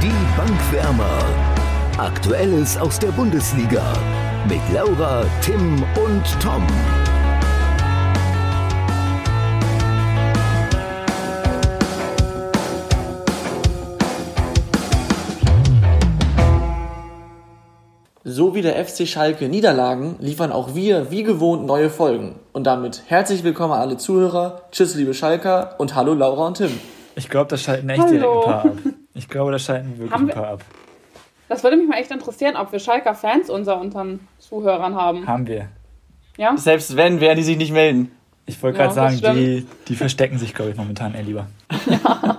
Die Bankwärmer. Aktuelles aus der Bundesliga mit Laura, Tim und Tom. So wie der FC Schalke Niederlagen, liefern auch wir wie gewohnt neue Folgen. Und damit herzlich willkommen an alle Zuhörer, tschüss liebe Schalker und hallo Laura und Tim. Ich glaube, da schalten echt direkt ein paar ab. Ich glaube, da schalten wirklich ein paar ab. Das würde mich mal echt interessieren, ob wir Schalker-Fans unter unseren Zuhörern haben. Haben wir. Ja? Selbst wenn, werden die sich nicht melden. Ich wollte gerade sagen, die verstecken sich, glaube ich, momentan eher lieber. Ja.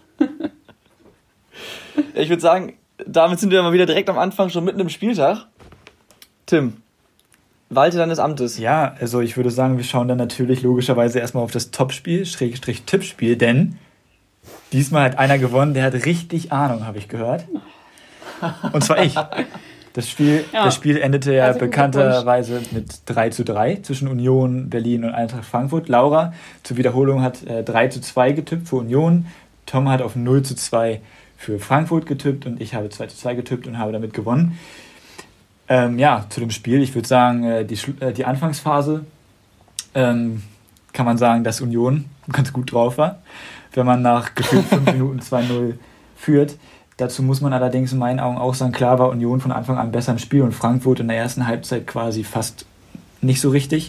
Ich würde sagen, damit sind wir mal wieder direkt am Anfang, schon mitten im Spieltag. Tim, walte deines Amtes. Ja, also ich würde sagen, wir schauen dann natürlich logischerweise erstmal auf das Topspiel, Tippspiel, denn diesmal hat einer gewonnen, der hat richtig Ahnung, habe ich gehört. Und zwar ich. Das Spiel endete ja bekannterweise mit 3:3 zwischen Union Berlin und Eintracht Frankfurt. Laura, zur Wiederholung, hat 3:2 getippt für Union. Tom hat auf 0:2 für Frankfurt getippt und ich habe 2:2 getippt und habe damit gewonnen. Zu dem Spiel, ich würde sagen, die Anfangsphase kann man sagen, dass Union ganz gut drauf war, wenn man nach gefühlt 5 Minuten 2:0 führt. Dazu muss man allerdings in meinen Augen auch sagen, klar war Union von Anfang an besser im Spiel und Frankfurt in der ersten Halbzeit quasi fast nicht so richtig.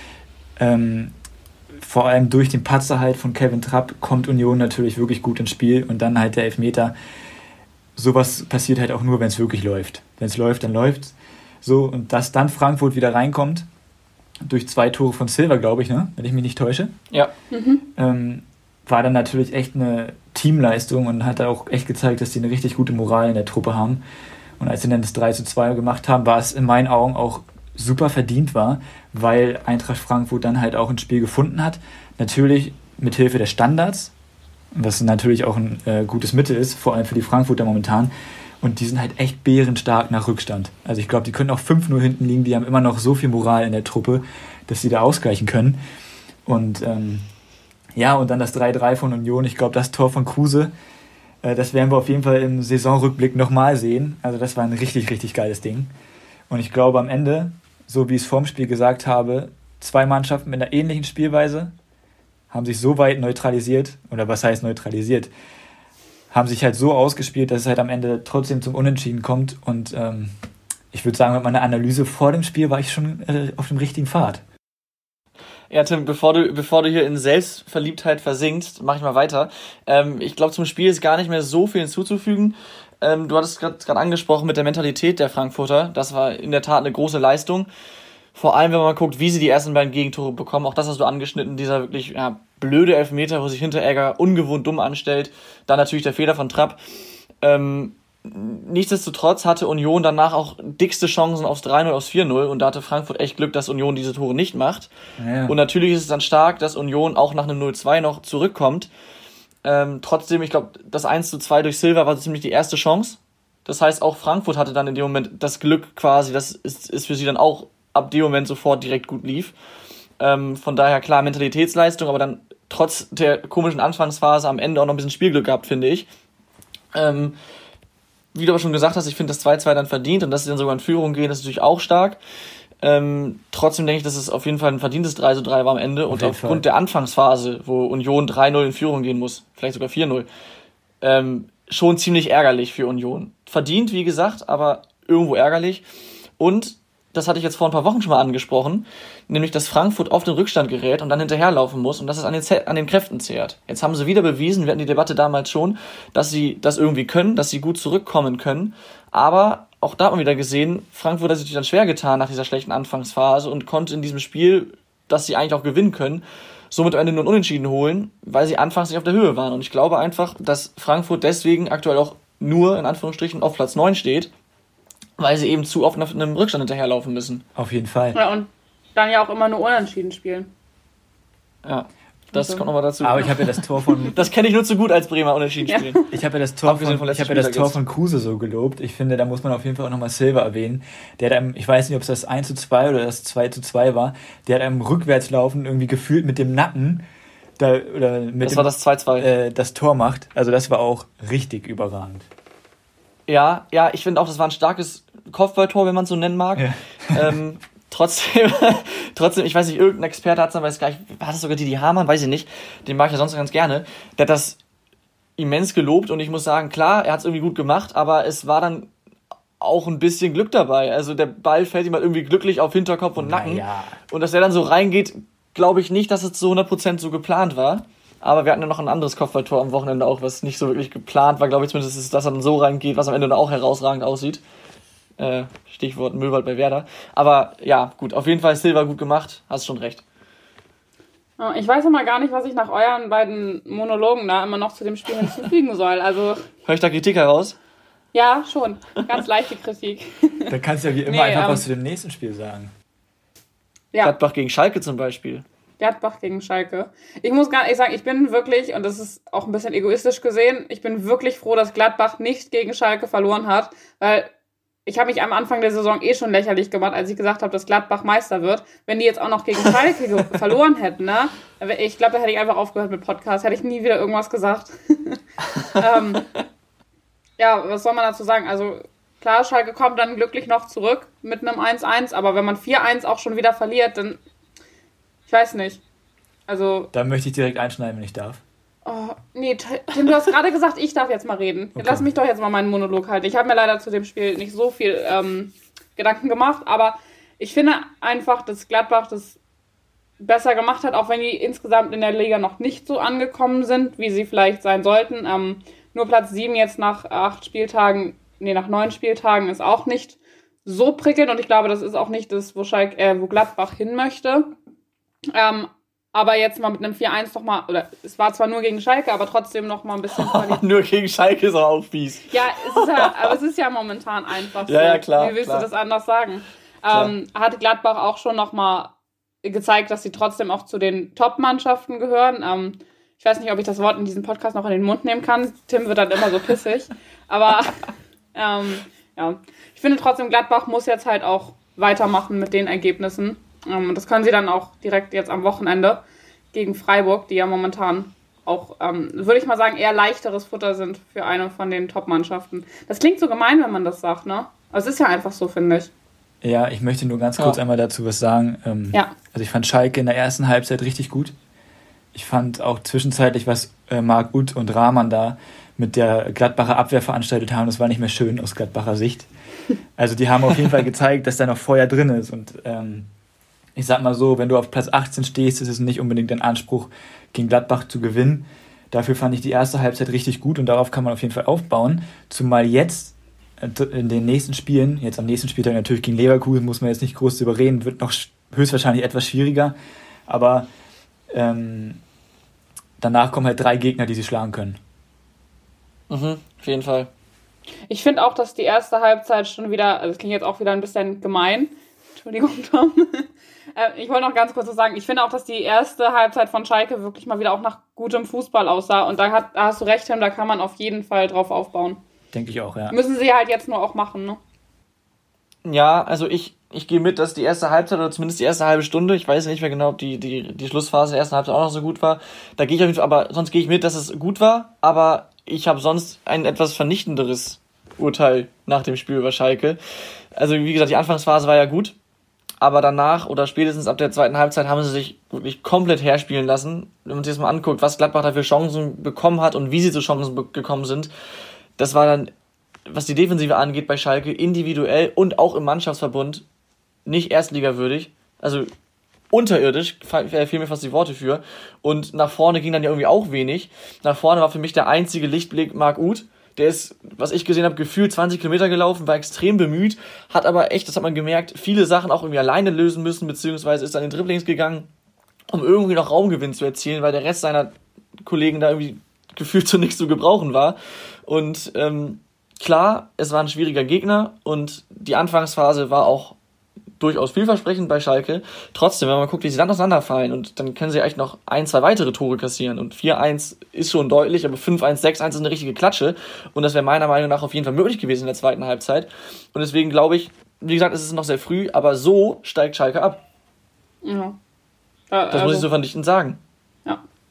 Vor allem durch den Patzer halt von Kevin Trapp kommt Union natürlich wirklich gut ins Spiel und dann halt der Elfmeter. Sowas passiert halt auch nur, wenn es wirklich läuft. Wenn es läuft, dann läuft's. So, und dass dann Frankfurt wieder reinkommt, durch 2 Tore von Silva, glaube ich, ne? Wenn ich mich nicht täusche. Ja. War dann natürlich echt eine Teamleistung und hat auch echt gezeigt, dass die eine richtig gute Moral in der Truppe haben. Und als sie dann das 3:2 gemacht haben, war es in meinen Augen auch super verdient war, weil Eintracht Frankfurt dann halt auch ein Spiel gefunden hat. Natürlich mit Hilfe der Standards, was natürlich auch ein gutes Mittel ist, vor allem für die Frankfurter momentan. Und die sind halt echt bärenstark nach Rückstand. Also ich glaube, die können auch 5:0 hinten liegen, die haben immer noch so viel Moral in der Truppe, dass sie da ausgleichen können. Und und dann das 3:3 von Union. Ich glaube, das Tor von Kruse, das werden wir auf jeden Fall im Saisonrückblick nochmal sehen. Also das war ein richtig, richtig geiles Ding. Und ich glaube am Ende, so wie ich es vorm Spiel gesagt habe, 2 Mannschaften mit einer ähnlichen Spielweise haben sich so weit neutralisiert, oder was heißt neutralisiert, haben sich halt so ausgespielt, dass es halt am Ende trotzdem zum Unentschieden kommt. Und ich würde sagen, mit meiner Analyse vor dem Spiel war ich schon auf dem richtigen Pfad. Ja, Tim, bevor du hier in Selbstverliebtheit versinkst, mach ich mal weiter. Ich glaube, zum Spiel ist gar nicht mehr so viel hinzuzufügen. Du hattest gerade angesprochen mit der Mentalität der Frankfurter. Das war in der Tat eine große Leistung. Vor allem, wenn man mal guckt, wie sie die ersten beiden Gegentore bekommen. Auch das hast du angeschnitten, dieser wirklich blöde Elfmeter, wo sich Hinteregger ungewohnt dumm anstellt. Dann natürlich der Fehler von Trapp. Nichtsdestotrotz hatte Union danach auch dickste Chancen aufs 3:0, aufs 4:0 und da hatte Frankfurt echt Glück, dass Union diese Tore nicht macht. Ja. Und natürlich ist es dann stark, dass Union auch nach einem 0:2 noch zurückkommt. Trotzdem, ich glaube, das 1:2 durch Silva war ziemlich die erste Chance. Das heißt, auch Frankfurt hatte dann in dem Moment das Glück quasi, dass es für sie dann auch ab dem Moment sofort direkt gut lief. Von daher klar Mentalitätsleistung, aber dann trotz der komischen Anfangsphase am Ende auch noch ein bisschen Spielglück gehabt, finde ich. Wie du aber schon gesagt hast, ich finde das 2:2 dann verdient und dass sie dann sogar in Führung gehen, ist natürlich auch stark. Trotzdem denke ich, dass es auf jeden Fall ein verdientes 3:3 war am Ende und aufgrund der Anfangsphase, wo Union 3:0 in Führung gehen muss, vielleicht sogar 4:0, schon ziemlich ärgerlich für Union. Verdient, wie gesagt, aber irgendwo ärgerlich. Und das hatte ich jetzt vor ein paar Wochen schon mal angesprochen, nämlich, dass Frankfurt auf den Rückstand gerät und dann hinterherlaufen muss und dass es an den Kräften zehrt. Jetzt haben sie wieder bewiesen, wir hatten die Debatte damals schon, dass sie das irgendwie können, dass sie gut zurückkommen können, aber auch da hat man wieder gesehen, Frankfurt hat sich dann schwer getan nach dieser schlechten Anfangsphase und konnte in diesem Spiel, das sie eigentlich auch gewinnen können, somit am Ende nur ein Unentschieden holen, weil sie anfangs nicht auf der Höhe waren. Und ich glaube einfach, dass Frankfurt deswegen aktuell auch nur, in Anführungsstrichen, auf Platz 9 steht, weil sie eben zu oft auf einem Rückstand hinterherlaufen müssen. Auf jeden Fall. Ja, und dann ja auch immer nur unentschieden spielen. Ja, das kommt nochmal dazu. Aber ich habe ja das Tor von... Das kenne ich nur zu gut als Bremer unentschieden spielen. Ich habe ja das Tor von Kruse so gelobt. Ich finde, da muss man auf jeden Fall auch nochmal Silva erwähnen. Der hat einem, ich weiß nicht, ob es das 1:2 oder das 2:2 war, der hat einem Rückwärtslaufen irgendwie gefühlt mit dem Nacken das war das 2:2. Das Tor macht. Also das war auch richtig überragend. Ja, ich finde auch, das war ein starkes Kopfballtor, wenn man es so nennen mag. Ja. Trotzdem, ich weiß nicht, irgendein Experte hat es, weiß gar nicht, war das sogar Didi Hamann, weiß ich nicht, den mag ich ja sonst ganz gerne, der hat das immens gelobt und ich muss sagen, klar, er hat es irgendwie gut gemacht, aber es war dann auch ein bisschen Glück dabei. Also der Ball fällt ihm halt irgendwie glücklich auf Hinterkopf und Nacken. Ja. Und dass er dann so reingeht, glaube ich nicht, dass es zu 100% so geplant war. Aber wir hatten ja noch ein anderes Kopfballtor am Wochenende auch, was nicht so wirklich geplant war, glaube ich zumindest, ist, dass er dann so reingeht, was am Ende dann auch herausragend aussieht. Stichwort Möwald bei Werder. Aber ja, gut, auf jeden Fall Silva gut gemacht, hast schon recht. Ich weiß immer gar nicht, was ich nach euren beiden Monologen da immer noch zu dem Spiel hinzufügen soll. Also höre ich da Kritik heraus? Ja, schon. Ganz leichte Kritik. Da kannst du ja wie immer einfach was zu dem nächsten Spiel sagen. Ja. Gladbach gegen Schalke zum Beispiel. Gladbach gegen Schalke. Ich muss gar nicht sagen, ich bin wirklich, und das ist auch ein bisschen egoistisch gesehen, ich bin wirklich froh, dass Gladbach nicht gegen Schalke verloren hat, weil ich habe mich am Anfang der Saison schon lächerlich gemacht, als ich gesagt habe, dass Gladbach Meister wird. Wenn die jetzt auch noch gegen Schalke verloren hätten, ne? Ich glaube, da hätte ich einfach aufgehört mit Podcast, hätte ich nie wieder irgendwas gesagt. Ja, was soll man dazu sagen? Also klar, Schalke kommt dann glücklich noch zurück mit einem 1-1, aber wenn man 4-1 auch schon wieder verliert, dann, ich weiß nicht. Also da möchte ich direkt einschneiden, wenn ich darf. Oh, nee, Tim, du hast gerade gesagt, ich darf jetzt mal reden. Okay. Lass mich doch jetzt mal meinen Monolog halten. Ich habe mir leider zu dem Spiel nicht so viel Gedanken gemacht, aber ich finde einfach, dass Gladbach das besser gemacht hat, auch wenn die insgesamt in der Liga noch nicht so angekommen sind, wie sie vielleicht sein sollten. Nur Platz 7 jetzt nach 9 Spieltagen ist auch nicht so prickelnd und ich glaube, das ist auch nicht das, wo Gladbach hin möchte. Aber jetzt mal mit einem 4-1 doch mal, oder es war zwar nur gegen Schalke, aber trotzdem noch mal ein bisschen Nur gegen Schalke ist auch fies. Ja, aber es ist ja momentan einfach so. Ja, klar. Wie willst du das anders sagen? Hat Gladbach auch schon noch mal gezeigt, dass sie trotzdem auch zu den Top-Mannschaften gehören. Ich weiß nicht, ob ich das Wort in diesem Podcast noch in den Mund nehmen kann. Tim wird dann immer so pissig. Aber ja, ich finde trotzdem, Gladbach muss jetzt halt auch weitermachen mit den Ergebnissen. Und das können sie dann auch direkt jetzt am Wochenende gegen Freiburg, die ja momentan auch, würde ich mal sagen, eher leichteres Futter sind für eine von den Top-Mannschaften. Das klingt so gemein, wenn man das sagt, ne? Aber es ist ja einfach so, finde ich. Ja, ich möchte nur ganz kurz einmal dazu was sagen. Also ich fand Schalke in der ersten Halbzeit richtig gut. Ich fand auch zwischenzeitlich, was Marc Uth und Rahman da mit der Gladbacher Abwehr veranstaltet haben, das war nicht mehr schön aus Gladbacher Sicht. Also die haben auf jeden Fall gezeigt, dass da noch Feuer drin ist. Und ich sag mal so, wenn du auf Platz 18 stehst, ist es nicht unbedingt dein Anspruch, gegen Gladbach zu gewinnen. Dafür fand ich die erste Halbzeit richtig gut und darauf kann man auf jeden Fall aufbauen. Zumal jetzt in den nächsten Spielen, jetzt am nächsten Spieltag natürlich gegen Leverkusen, muss man jetzt nicht groß drüber reden, wird noch höchstwahrscheinlich etwas schwieriger. Aber danach kommen halt 3 Gegner, die sie schlagen können. Auf jeden Fall. Ich finde auch, dass die erste Halbzeit schon wieder, also das klingt jetzt auch wieder ein bisschen gemein, Entschuldigung, Tom. Ich wollte noch ganz kurz sagen, ich finde auch, dass die erste Halbzeit von Schalke wirklich mal wieder auch nach gutem Fußball aussah. Und da hast du recht, Tim, da kann man auf jeden Fall drauf aufbauen. Denke ich auch, ja. Müssen sie halt jetzt nur auch machen, ne? Ja, also ich gehe mit, dass die erste Halbzeit oder zumindest die erste halbe Stunde, ich weiß nicht mehr genau, ob die Schlussphase der ersten Halbzeit auch noch so gut war. Da gehe ich auf jeden Fall, aber sonst gehe ich mit, dass es gut war, aber ich habe sonst ein etwas vernichtenderes Urteil nach dem Spiel über Schalke. Also wie gesagt, die Anfangsphase war ja gut, aber danach oder spätestens ab der zweiten Halbzeit haben sie sich wirklich komplett herspielen lassen. Wenn man sich das mal anguckt, was Gladbach da für Chancen bekommen hat und wie sie zu Chancen gekommen sind, das war dann, was die Defensive angeht bei Schalke, individuell und auch im Mannschaftsverbund nicht erstligawürdig, also unterirdisch, fehlen mir fast die Worte für. Und nach vorne ging dann ja irgendwie auch wenig. Nach vorne war für mich der einzige Lichtblick Marc Uth. Der ist, was ich gesehen habe, gefühlt 20 Kilometer gelaufen, war extrem bemüht, hat aber echt, das hat man gemerkt, viele Sachen auch irgendwie alleine lösen müssen, beziehungsweise ist dann in Dribblings gegangen, um irgendwie noch Raumgewinn zu erzielen, weil der Rest seiner Kollegen da irgendwie gefühlt so nichts zu gebrauchen war. Und klar, es war ein schwieriger Gegner und die Anfangsphase war auch durchaus vielversprechend bei Schalke. Trotzdem, wenn man guckt, wie sie dann auseinanderfallen und dann können sie echt noch 1, 2 weitere Tore kassieren und 4-1 ist schon deutlich, aber 5-1, 6-1 ist eine richtige Klatsche und das wäre meiner Meinung nach auf jeden Fall möglich gewesen in der zweiten Halbzeit und deswegen glaube ich, wie gesagt, es ist noch sehr früh, aber so steigt Schalke ab. Ja. Das muss ich so vernichtend sagen. Ja.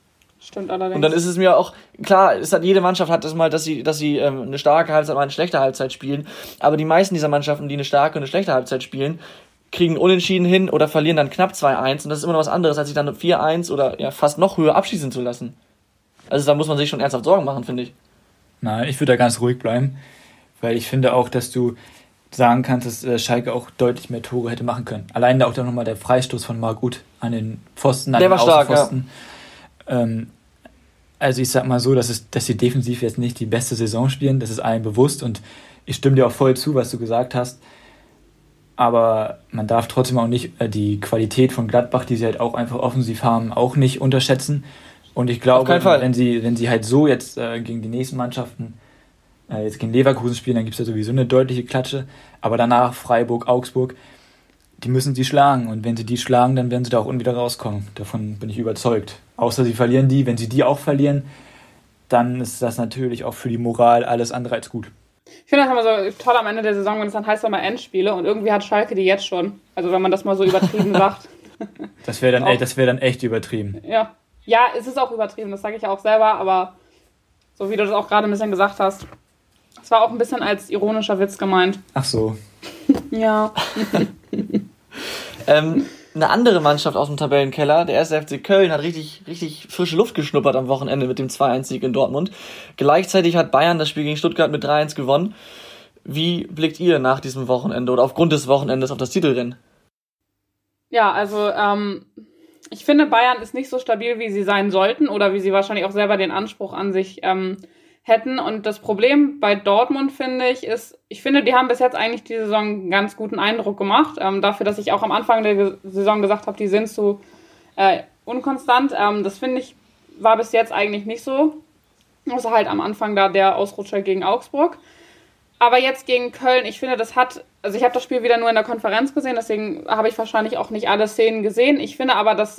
Stimmt allerdings. Und dann ist es mir auch, klar, jede Mannschaft hat das mal, dass sie eine starke Halbzeit, mal eine schlechte Halbzeit spielen, aber die meisten dieser Mannschaften, die eine starke und eine schlechte Halbzeit spielen, kriegen Unentschieden hin oder verlieren dann knapp 2-1 und das ist immer noch was anderes, als sich dann 4-1 oder ja fast noch höher abschießen zu lassen. Also da muss man sich schon ernsthaft Sorgen machen, finde ich. Nein, ich würde da ganz ruhig bleiben, weil ich finde auch, dass du sagen kannst, dass Schalke auch deutlich mehr Tore hätte machen können. Allein da auch dann nochmal der Freistoß von Margut an den Pfosten, an der den war Außenpfosten. Stark, ja. Also ich sag mal so, dass sie defensiv jetzt nicht die beste Saison spielen, das ist allen bewusst und ich stimme dir auch voll zu, was du gesagt hast. Aber man darf trotzdem auch nicht die Qualität von Gladbach, die sie halt auch einfach offensiv haben, auch nicht unterschätzen. Und ich glaube, wenn sie halt so jetzt gegen die nächsten Mannschaften, jetzt gegen Leverkusen spielen, dann gibt es ja sowieso eine deutliche Klatsche. Aber danach Freiburg, Augsburg, die müssen sie schlagen. Und wenn sie die schlagen, dann werden sie da auch unten wieder rauskommen. Davon bin ich überzeugt. Außer sie verlieren die. Wenn sie die auch verlieren, dann ist das natürlich auch für die Moral alles andere als gut. Ich finde das immer so toll am Ende der Saison, wenn es dann heißt, mal Endspiele. Und irgendwie hat Schalke die jetzt schon. Also wenn man das mal so übertrieben sagt. Das wäre dann echt übertrieben. Ja, es ist auch übertrieben, das sage ich ja auch selber. Aber so wie du das auch gerade ein bisschen gesagt hast, es war auch ein bisschen als ironischer Witz gemeint. Ach so. Ja. Eine andere Mannschaft aus dem Tabellenkeller, der 1. FC Köln, hat richtig, richtig frische Luft geschnuppert am Wochenende mit dem 2-1-Sieg in Dortmund. Gleichzeitig hat Bayern das Spiel gegen Stuttgart mit 3-1 gewonnen. Wie blickt ihr nach diesem Wochenende oder aufgrund des Wochenendes auf das Titelrennen? Ja, also ich finde, Bayern ist nicht so stabil, wie sie sein sollten oder wie sie wahrscheinlich auch selber den Anspruch an sich hätten. Und das Problem bei Dortmund, finde ich, ist, ich finde, die haben bis jetzt eigentlich die Saison einen ganz guten Eindruck gemacht. Dafür, dass ich auch am Anfang der Saison gesagt habe, die sind zu unkonstant. Das finde ich, war bis jetzt eigentlich nicht so. Außer halt am Anfang da der Ausrutscher gegen Augsburg. Aber jetzt gegen Köln, ich finde, ich habe das Spiel wieder nur in der Konferenz gesehen, deswegen habe ich wahrscheinlich auch nicht alle Szenen gesehen. Ich finde aber, dass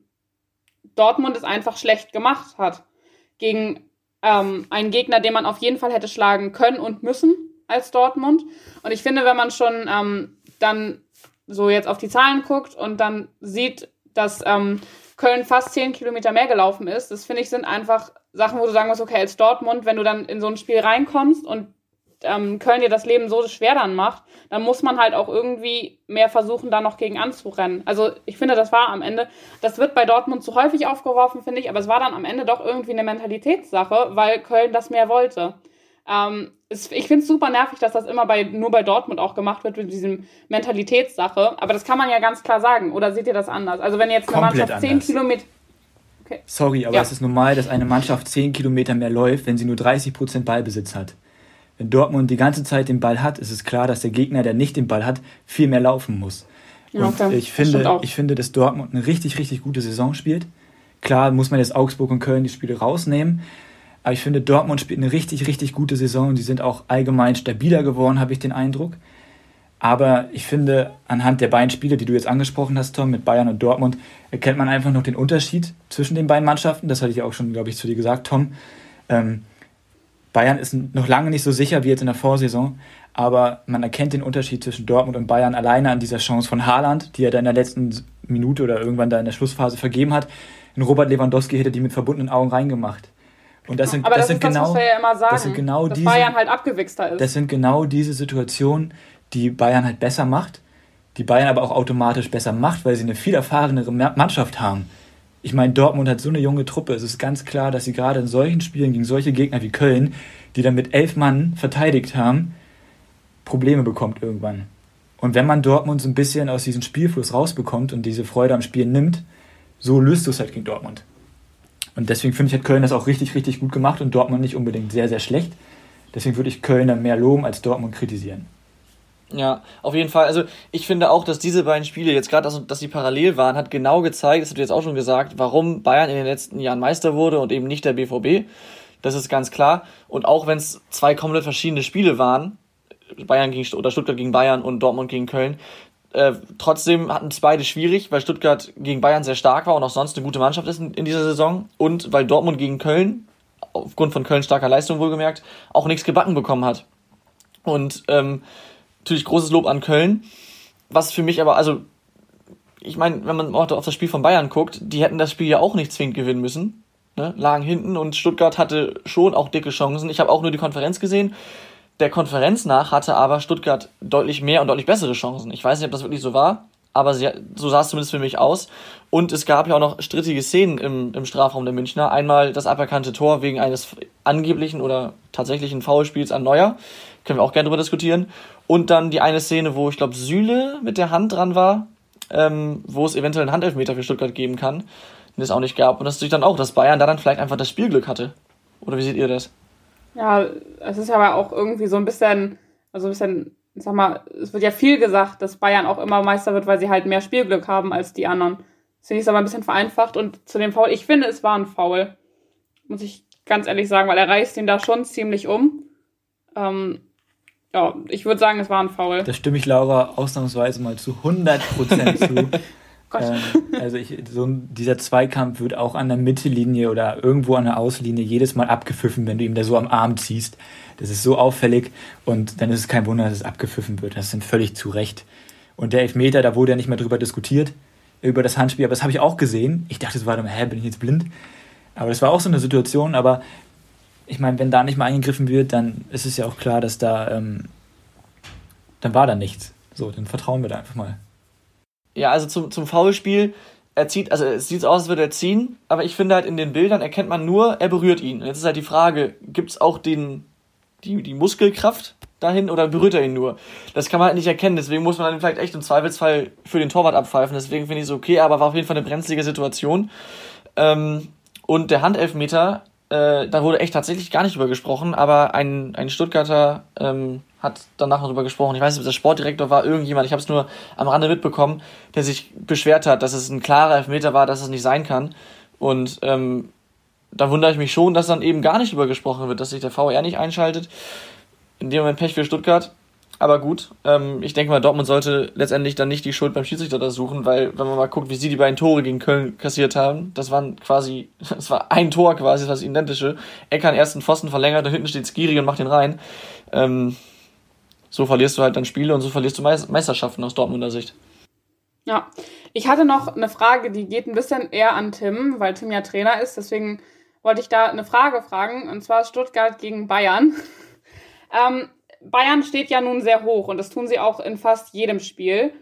Dortmund es einfach schlecht gemacht hat gegen einen Gegner, den man auf jeden Fall hätte schlagen können und müssen als Dortmund. Und ich finde, wenn man schon dann so jetzt auf die Zahlen guckt und dann sieht, dass Köln fast 10 Kilometer mehr gelaufen ist, das finde ich sind einfach Sachen, wo du sagen musst, okay, als Dortmund, wenn du dann in so ein Spiel reinkommst und Köln dir das Leben so schwer dann macht, dann muss man halt auch irgendwie mehr versuchen, da noch gegen anzurennen. Also ich finde, das war am Ende, das wird bei Dortmund zu häufig aufgeworfen, finde ich, aber es war dann am Ende doch irgendwie eine Mentalitätssache, weil Köln das mehr wollte. Ich finde es super nervig, dass das immer nur bei Dortmund auch gemacht wird mit diesem Mentalitätssache, aber das kann man ja ganz klar sagen. Oder seht ihr das anders? Also wenn jetzt eine Komplett Mannschaft 10 Kilometer... Okay. Sorry, aber es ist normal, dass eine Mannschaft 10 Kilometer mehr läuft, wenn sie nur 30% Ballbesitz hat. Wenn Dortmund die ganze Zeit den Ball hat, ist es klar, dass der Gegner, der nicht den Ball hat, viel mehr laufen muss. Ja, okay. Und ich finde, dass Dortmund eine richtig, richtig gute Saison spielt. Klar muss man jetzt Augsburg und Köln die Spiele rausnehmen, aber ich finde, Dortmund spielt eine richtig, richtig gute Saison und die sind auch allgemein stabiler geworden, habe ich den Eindruck. Aber ich finde, anhand der beiden Spiele, die du jetzt angesprochen hast, Tom, mit Bayern und Dortmund, erkennt man einfach noch den Unterschied zwischen den beiden Mannschaften. Das hatte ich auch schon, glaube ich, zu dir gesagt, Tom. Bayern ist noch lange nicht so sicher wie jetzt in der Vorsaison, aber man erkennt den Unterschied zwischen Dortmund und Bayern alleine an dieser Chance von Haaland, die er da in der letzten Minute oder irgendwann da in der Schlussphase vergeben hat. Und Robert Lewandowski hätte die mit verbundenen Augen reingemacht. Und das sind was wir ja immer sagen, das sind genau dass Bayern halt abgewichster ist. Das sind genau diese Situationen, die Bayern halt besser macht, die Bayern aber auch automatisch besser macht, weil sie eine viel erfahrenere Mannschaft haben. Ich meine, Dortmund hat so eine junge Truppe. Es ist ganz klar, dass sie gerade in solchen Spielen gegen solche Gegner wie Köln, die dann mit 11 Mann verteidigt haben, Probleme bekommt irgendwann. Und wenn man Dortmund so ein bisschen aus diesem Spielfluss rausbekommt und diese Freude am Spielen nimmt, so löst du es halt gegen Dortmund. Und deswegen finde ich, hat Köln das auch richtig, richtig gut gemacht und Dortmund nicht unbedingt sehr, sehr schlecht. Deswegen würde ich Köln dann mehr loben als Dortmund kritisieren. Ja, auf jeden Fall. Also ich finde auch, dass diese beiden Spiele jetzt gerade, dass sie parallel waren, hat genau gezeigt, das habt ihr jetzt auch schon gesagt, warum Bayern in den letzten Jahren Meister wurde und eben nicht der BVB. Das ist ganz klar. Und auch wenn es zwei komplett verschiedene Spiele waren, Stuttgart gegen Bayern und Dortmund gegen Köln, trotzdem hatten es beide schwierig, weil Stuttgart gegen Bayern sehr stark war und auch sonst eine gute Mannschaft ist in dieser Saison und weil Dortmund gegen Köln, aufgrund von Kölns starker Leistung wohlgemerkt, auch nichts gebacken bekommen hat. Und natürlich großes Lob an Köln, was für mich aber, also ich meine, wenn man auch auf das Spiel von Bayern guckt, die hätten das Spiel ja auch nicht zwingend gewinnen müssen. ne, lagen hinten und Stuttgart hatte schon auch dicke Chancen. Ich habe auch nur die Konferenz gesehen. Der Konferenz nach hatte aber Stuttgart deutlich mehr und deutlich bessere Chancen. Ich weiß nicht, ob das wirklich so war, aber so sah es zumindest für mich aus. Und es gab ja auch noch strittige Szenen im Strafraum der Münchner. Einmal das aberkannte Tor wegen eines angeblichen oder tatsächlichen Foulspiels an Neuer. Können wir auch gerne drüber diskutieren. Und dann die eine Szene, wo ich glaube Süle mit der Hand dran war, wo es eventuell einen Handelfmeter für Stuttgart geben kann, den es auch nicht gab. Und das ist natürlich dann auch, dass Bayern da dann vielleicht einfach das Spielglück hatte. Oder wie seht ihr das? Ja, es ist aber auch irgendwie so ein bisschen, ich sag mal, es wird ja viel gesagt, dass Bayern auch immer Meister wird, weil sie halt mehr Spielglück haben als die anderen. Das finde ich aber ein bisschen vereinfacht. Und zu dem Foul, ich finde, es war ein Foul. Muss ich ganz ehrlich sagen, weil er reißt ihn da schon ziemlich um. Ja, ich würde sagen, es war ein Foul. Da stimme ich Laura ausnahmsweise mal zu 100% zu. Also dieser Zweikampf wird auch an der Mittellinie oder irgendwo an der Auslinie jedes Mal abgepfiffen, wenn du ihm da so am Arm ziehst. Das ist so auffällig und dann ist es kein Wunder, dass es abgepfiffen wird. Das ist dann völlig zu Recht. Und der Elfmeter, da wurde ja nicht mehr drüber diskutiert, über das Handspiel, aber das habe ich auch gesehen. Ich dachte, bin ich jetzt blind? Aber das war auch so eine Situation, aber ich meine, wenn da nicht mal eingegriffen wird, dann ist es ja auch klar, dass dann war da nichts. So, dann vertrauen wir da einfach mal. Ja, also zum Foulspiel, es sieht so aus, als würde er ziehen, aber ich finde halt in den Bildern erkennt man nur, er berührt ihn. Und jetzt ist halt die Frage, gibt es auch die Muskelkraft dahin oder berührt er ihn nur? Das kann man halt nicht erkennen, deswegen muss man dann vielleicht echt im Zweifelsfall für den Torwart abpfeifen, deswegen finde ich es okay, aber war auf jeden Fall eine brenzlige Situation. Und der Handelfmeter, da wurde echt tatsächlich gar nicht drüber gesprochen, aber ein Stuttgarter hat danach noch drüber gesprochen. Ich weiß nicht, ob das Sportdirektor war, irgendjemand, ich habe es nur am Rande mitbekommen, der sich beschwert hat, dass es ein klarer Elfmeter war, dass es nicht sein kann. Und da wundere ich mich schon, dass dann eben gar nicht drüber gesprochen wird, dass sich der VR nicht einschaltet. In dem Moment Pech für Stuttgart. Aber gut, ich denke mal, Dortmund sollte letztendlich dann nicht die Schuld beim Schiedsrichter da suchen, weil wenn man mal guckt, wie sie die beiden Tore gegen Köln kassiert haben, das war ein Tor quasi, das war das Identische. Ecker an ersten Pfosten verlängert, da hinten steht Skiri und macht den rein. So verlierst du halt dann Spiele und so verlierst du Meisterschaften aus Dortmunder Sicht. Ja, ich hatte noch eine Frage, die geht ein bisschen eher an Tim, weil Tim ja Trainer ist, deswegen wollte ich da eine Frage fragen, und zwar Stuttgart gegen Bayern. Bayern steht ja nun sehr hoch und das tun sie auch in fast jedem Spiel.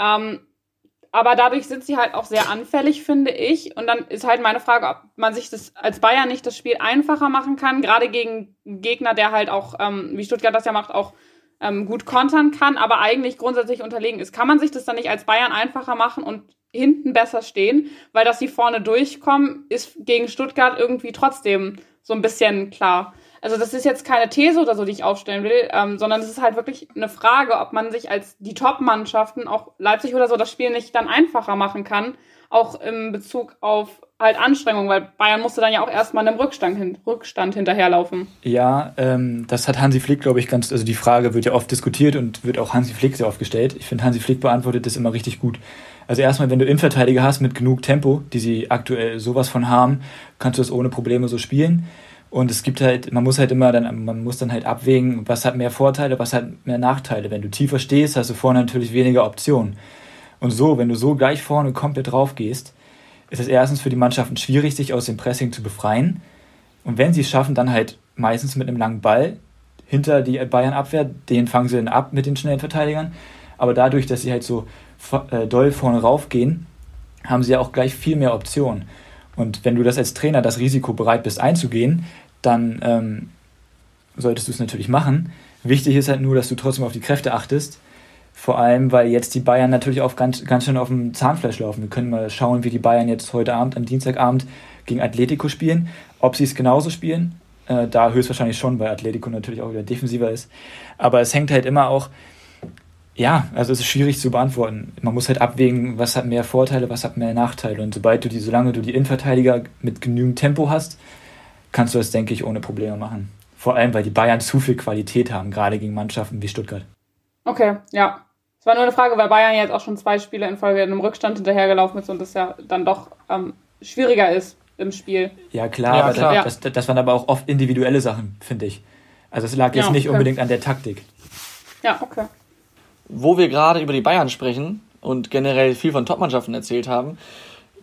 Aber dadurch sind sie halt auch sehr anfällig, finde ich. Und dann ist halt meine Frage, ob man sich das als Bayern nicht das Spiel einfacher machen kann, gerade gegen einen Gegner, der halt auch, wie Stuttgart das ja macht, auch gut kontern kann, aber eigentlich grundsätzlich unterlegen ist. Kann man sich das dann nicht als Bayern einfacher machen und hinten besser stehen? Weil dass sie vorne durchkommen, ist gegen Stuttgart irgendwie trotzdem so ein bisschen klar. Also das ist jetzt keine These oder so, die ich aufstellen will, sondern es ist halt wirklich eine Frage, ob man sich als die Top-Mannschaften, auch Leipzig oder so, das Spiel nicht dann einfacher machen kann, auch im Bezug auf halt Anstrengung, weil Bayern musste dann ja auch erstmal einem Rückstand hinterherlaufen. Ja, das hat Hansi Flick, glaube ich, also die Frage wird ja oft diskutiert und wird auch Hansi Flick sehr oft gestellt. Ich finde, Hansi Flick beantwortet das immer richtig gut. Also erstmal, wenn du Innenverteidiger hast mit genug Tempo, die sie aktuell sowas von haben, kannst du das ohne Probleme so spielen. Und es gibt halt, man muss dann halt abwägen, was hat mehr Vorteile, was hat mehr Nachteile. Wenn du tiefer stehst, hast du vorne natürlich weniger Optionen. Und so, wenn du so gleich vorne komplett drauf gehst, ist es erstens für die Mannschaften schwierig, sich aus dem Pressing zu befreien. Und wenn sie es schaffen, dann halt meistens mit einem langen Ball hinter die Bayern-Abwehr, den fangen sie dann ab mit den schnellen Verteidigern. Aber dadurch, dass sie halt so doll vorne raufgehen, haben sie ja auch gleich viel mehr Optionen. Und wenn du das als Trainer das Risiko bereit bist einzugehen, dann solltest du es natürlich machen. Wichtig ist halt nur, dass du trotzdem auf die Kräfte achtest. Vor allem, weil jetzt die Bayern natürlich ganz schön auf dem Zahnfleisch laufen. Wir können mal schauen, wie die Bayern jetzt heute Abend, am Dienstagabend, gegen Atletico spielen. Ob sie es genauso spielen, da höchstwahrscheinlich schon, weil Atletico natürlich auch wieder defensiver ist. Aber es hängt halt immer auch, ja, also es ist schwierig zu beantworten. Man muss halt abwägen, was hat mehr Vorteile, was hat mehr Nachteile. Und solange du die Innenverteidiger mit genügend Tempo hast, kannst du das, denke ich, ohne Probleme machen. Vor allem, weil die Bayern zu viel Qualität haben, gerade gegen Mannschaften wie Stuttgart. Okay, ja. Es war nur eine Frage, weil Bayern jetzt auch schon 2 Spiele in Folge in einem Rückstand hinterhergelaufen ist und das ja dann doch schwieriger ist im Spiel. Ja, klar, ja, aber klar. Das waren aber auch oft individuelle Sachen, finde ich. Also es lag jetzt nicht unbedingt an der Taktik. Ja, okay. Wo wir gerade über die Bayern sprechen und generell viel von Topmannschaften erzählt haben,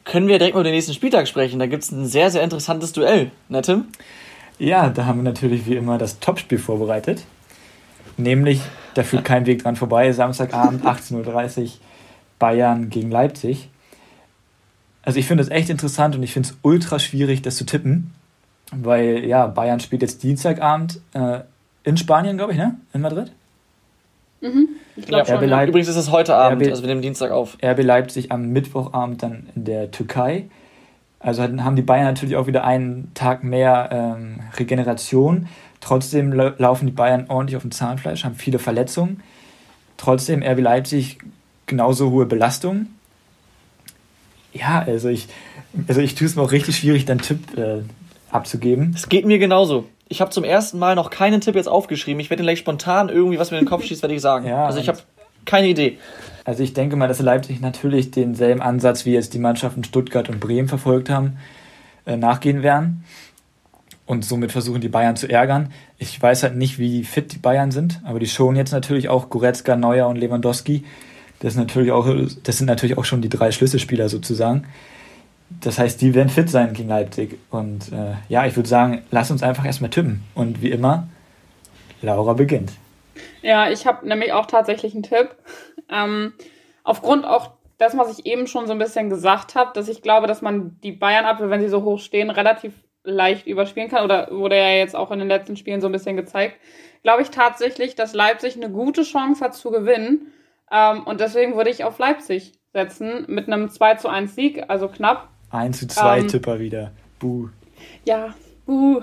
können wir direkt mal über den nächsten Spieltag sprechen. Da gibt es ein sehr, sehr interessantes Duell. Na, Tim? Ja, da haben wir natürlich wie immer das Topspiel vorbereitet. Nämlich, da führt kein Weg dran vorbei, Samstagabend 18:30 Uhr Bayern gegen Leipzig. Also ich finde es echt interessant und ich finde es ultra schwierig, das zu tippen. Weil, ja, Bayern spielt jetzt Dienstagabend in Spanien, glaube ich, ne? In Madrid? Ich glaube schon. Übrigens ist es heute Abend, also wir nehmen Dienstag auf. RB Leipzig am Mittwochabend dann in der Türkei. Also haben die Bayern natürlich auch wieder einen Tag mehr Regeneration. Trotzdem laufen die Bayern ordentlich auf dem Zahnfleisch, haben viele Verletzungen. Trotzdem RB Leipzig genauso hohe Belastung. Ja, also ich tue es mir auch richtig schwierig, dann Tipp abzugeben. Es geht mir genauso. Ich habe zum ersten Mal noch keinen Tipp jetzt aufgeschrieben. Ich werde gleich spontan irgendwie, was mir in den Kopf schießt, werde ich sagen. Ja, also ich habe keine Idee. Also ich denke mal, dass Leipzig natürlich denselben Ansatz, wie jetzt die Mannschaften Stuttgart und Bremen verfolgt haben, nachgehen werden. Und somit versuchen die Bayern zu ärgern. Ich weiß halt nicht, wie fit die Bayern sind, aber die schonen jetzt natürlich auch Goretzka, Neuer und Lewandowski. Das sind natürlich auch schon die 3 Schlüsselspieler sozusagen. Das heißt, die werden fit sein gegen Leipzig. Und ich würde sagen, lass uns einfach erstmal tippen. Und wie immer, Laura beginnt. Ja, ich habe nämlich auch tatsächlich einen Tipp. Aufgrund auch das, was ich eben schon so ein bisschen gesagt habe, dass ich glaube, dass man die Bayern-Abwehr, wenn sie so hoch stehen, relativ leicht überspielen kann. Oder wurde ja jetzt auch in den letzten Spielen so ein bisschen gezeigt. Glaube ich tatsächlich, dass Leipzig eine gute Chance hat zu gewinnen. Und deswegen würde ich auf Leipzig setzen mit einem 2:1 Sieg, also knapp. 1:2 Tipper wieder. Buh. Ja, buh.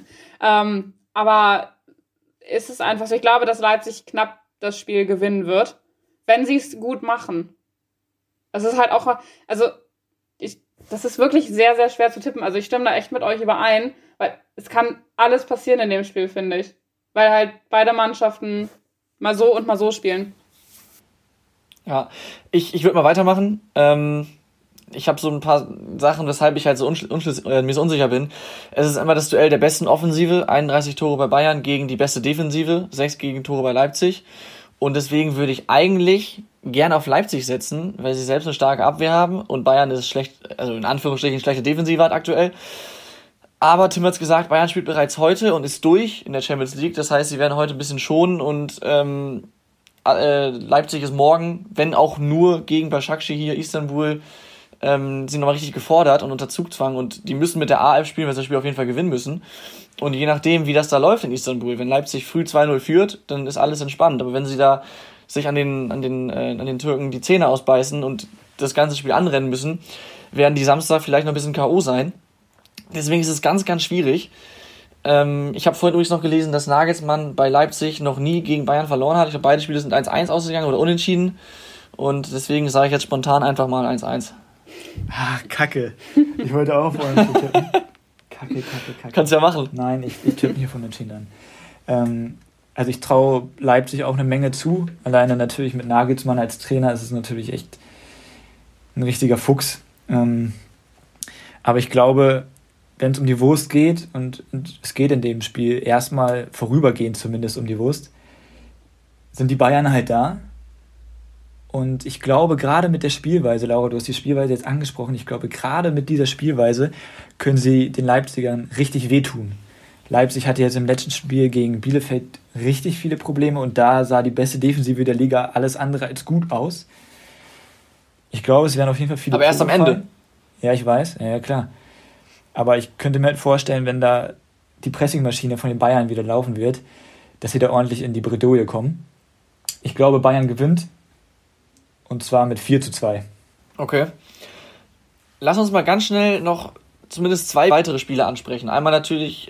Aber ist es einfach so, ich glaube, dass Leipzig knapp das Spiel gewinnen wird, wenn sie es gut machen. Das ist halt auch, das ist wirklich sehr, sehr schwer zu tippen. Also ich stimme da echt mit euch überein, weil es kann alles passieren in dem Spiel, finde ich. Weil halt beide Mannschaften mal so und mal so spielen. Ja, ich würde mal weitermachen. Ich habe so ein paar Sachen, weshalb ich halt so mir so unsicher bin. Es ist immer das Duell der besten Offensive, 31 Tore bei Bayern gegen die beste Defensive, 6 Gegentore bei Leipzig. Und deswegen würde ich eigentlich gerne auf Leipzig setzen, weil sie selbst eine starke Abwehr haben und Bayern ist schlecht, also in Anführungsstrichen schlechte Defensive hat aktuell. Aber Tim hat's gesagt, Bayern spielt bereits heute und ist durch in der Champions League. Das heißt, sie werden heute ein bisschen schonen und Leipzig ist morgen, wenn auch nur gegen Başakşehir hier Istanbul, sind nochmal richtig gefordert und unter Zugzwang und die müssen mit der A11 spielen, weil sie das Spiel auf jeden Fall gewinnen müssen. Und je nachdem, wie das da läuft in Istanbul, wenn Leipzig früh 2:0 führt, dann ist alles entspannt. Aber wenn sie da sich an den Türken die Zähne ausbeißen und das ganze Spiel anrennen müssen, werden die Samstag vielleicht noch ein bisschen K.O. sein. Deswegen ist es ganz, ganz schwierig. Ich habe vorhin übrigens noch gelesen, dass Nagelsmann bei Leipzig noch nie gegen Bayern verloren hat. Ich glaube, beide Spiele sind 1:1 ausgegangen oder unentschieden. Und deswegen sage ich jetzt spontan einfach mal 1:1. Ah, Kacke. Ich wollte auch vorhin zu tippen. Kacke. Kannst du ja machen. Nein, ich tippe hier von entschieden an. Also ich traue Leipzig auch eine Menge zu. Alleine natürlich mit Nagelsmann als Trainer ist es natürlich echt ein richtiger Fuchs. Aber ich glaube, wenn es um die Wurst geht, und es geht in dem Spiel erstmal vorübergehend zumindest um die Wurst, sind die Bayern halt da. Und ich glaube, gerade mit der Spielweise, Laura, du hast die Spielweise jetzt angesprochen, ich glaube, gerade mit dieser Spielweise können sie den Leipzigern richtig wehtun. Leipzig hatte jetzt im letzten Spiel gegen Bielefeld richtig viele Probleme und da sah die beste Defensive der Liga alles andere als gut aus. Ich glaube, es werden auf jeden Fall viele Aber erst am Ende. Ja, ich weiß, ja klar. Aber ich könnte mir halt vorstellen, wenn da die Pressingmaschine von den Bayern wieder laufen wird, dass sie da ordentlich in die Bredouille kommen. Ich glaube, Bayern gewinnt. Und zwar mit 4:2. Okay. Lass uns mal ganz schnell noch zumindest 2 weitere Spiele ansprechen. Einmal natürlich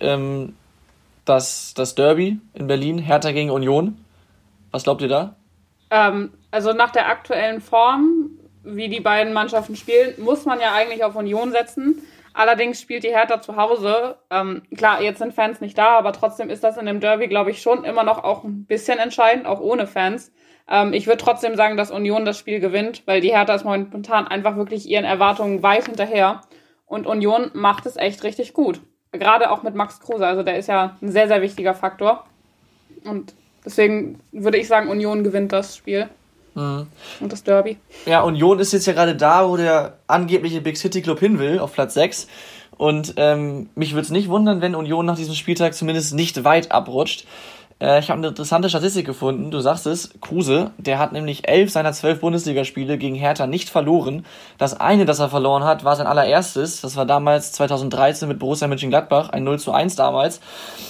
das Derby in Berlin, Hertha gegen Union. Was glaubt ihr da? Also nach der aktuellen Form, wie die beiden Mannschaften spielen, muss man ja eigentlich auf Union setzen. Allerdings spielt die Hertha zu Hause. Klar, jetzt sind Fans nicht da, aber trotzdem ist das in dem Derby, glaube ich, schon immer noch auch ein bisschen entscheidend, auch ohne Fans. Ich würde trotzdem sagen, dass Union das Spiel gewinnt, weil die Hertha ist momentan einfach wirklich ihren Erwartungen weit hinterher. Und Union macht es echt richtig gut. Gerade auch mit Max Kruse, also der ist ja ein sehr, sehr wichtiger Faktor. Und deswegen würde ich sagen, Union gewinnt das Spiel. Und das Derby. Ja, Union ist jetzt ja gerade da, wo der angebliche Big City Club hin will, auf Platz 6. Und mich würde es nicht wundern, wenn Union nach diesem Spieltag zumindest nicht weit abrutscht. Ich habe eine interessante Statistik gefunden, du sagst es, Kruse, der hat nämlich 11 seiner 12 Bundesligaspiele gegen Hertha nicht verloren. Das eine, das er verloren hat, war sein allererstes, das war damals 2013 mit Borussia Mönchengladbach, ein 0:1 damals.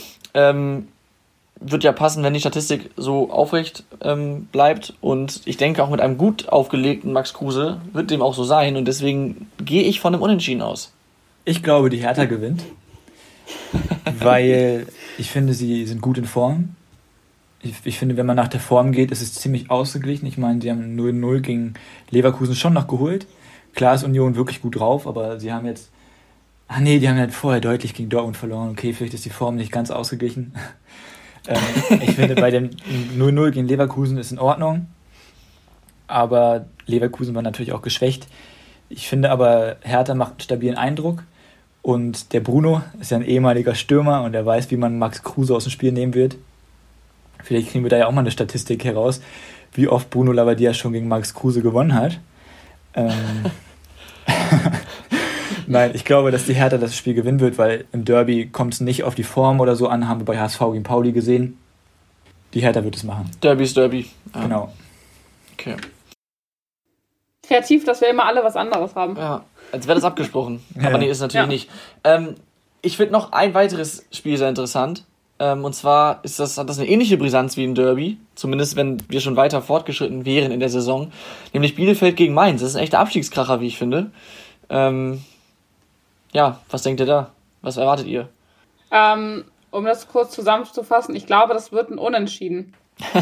Wird ja passen, wenn die Statistik so aufrecht bleibt, und ich denke auch mit einem gut aufgelegten Max Kruse wird dem auch so sein, und deswegen gehe ich von einem Unentschieden aus. Ich glaube, die Hertha gewinnt, weil ich finde, sie sind gut in Form. Ich finde, wenn man nach der Form geht, ist es ziemlich ausgeglichen. Ich meine, die haben 0:0 gegen Leverkusen schon noch geholt. Klar ist Union wirklich gut drauf, aber sie haben jetzt... die haben halt vorher deutlich gegen Dortmund verloren. Okay, vielleicht ist die Form nicht ganz ausgeglichen. Ich finde, bei dem 0:0 gegen Leverkusen ist in Ordnung. Aber Leverkusen war natürlich auch geschwächt. Ich finde aber, Hertha macht einen stabilen Eindruck. Und der Bruno ist ja ein ehemaliger Stürmer und er weiß, wie man Max Kruse aus dem Spiel nehmen wird. Vielleicht kriegen wir da ja auch mal eine Statistik heraus, wie oft Bruno Labbadia schon gegen Max Kruse gewonnen hat. Nein, ich glaube, dass die Hertha das Spiel gewinnen wird, weil im Derby kommt es nicht auf die Form oder so an, haben wir bei HSV gegen Pauli gesehen. Die Hertha wird es machen. Derby ist Derby. Ja. Genau. Okay. Kreativ, dass wir immer alle was anderes haben. Ja, als wäre das abgesprochen. Aber nee, ist natürlich nicht. Ich finde noch ein weiteres Spiel sehr interessant. Und zwar hat das eine ähnliche Brisanz wie im Derby, zumindest wenn wir schon weiter fortgeschritten wären in der Saison, nämlich Bielefeld gegen Mainz. Das ist ein echter Abstiegskracher, wie ich finde. Was denkt ihr da? Was erwartet ihr? Um das kurz zusammenzufassen, ich glaube, das wird ein Unentschieden.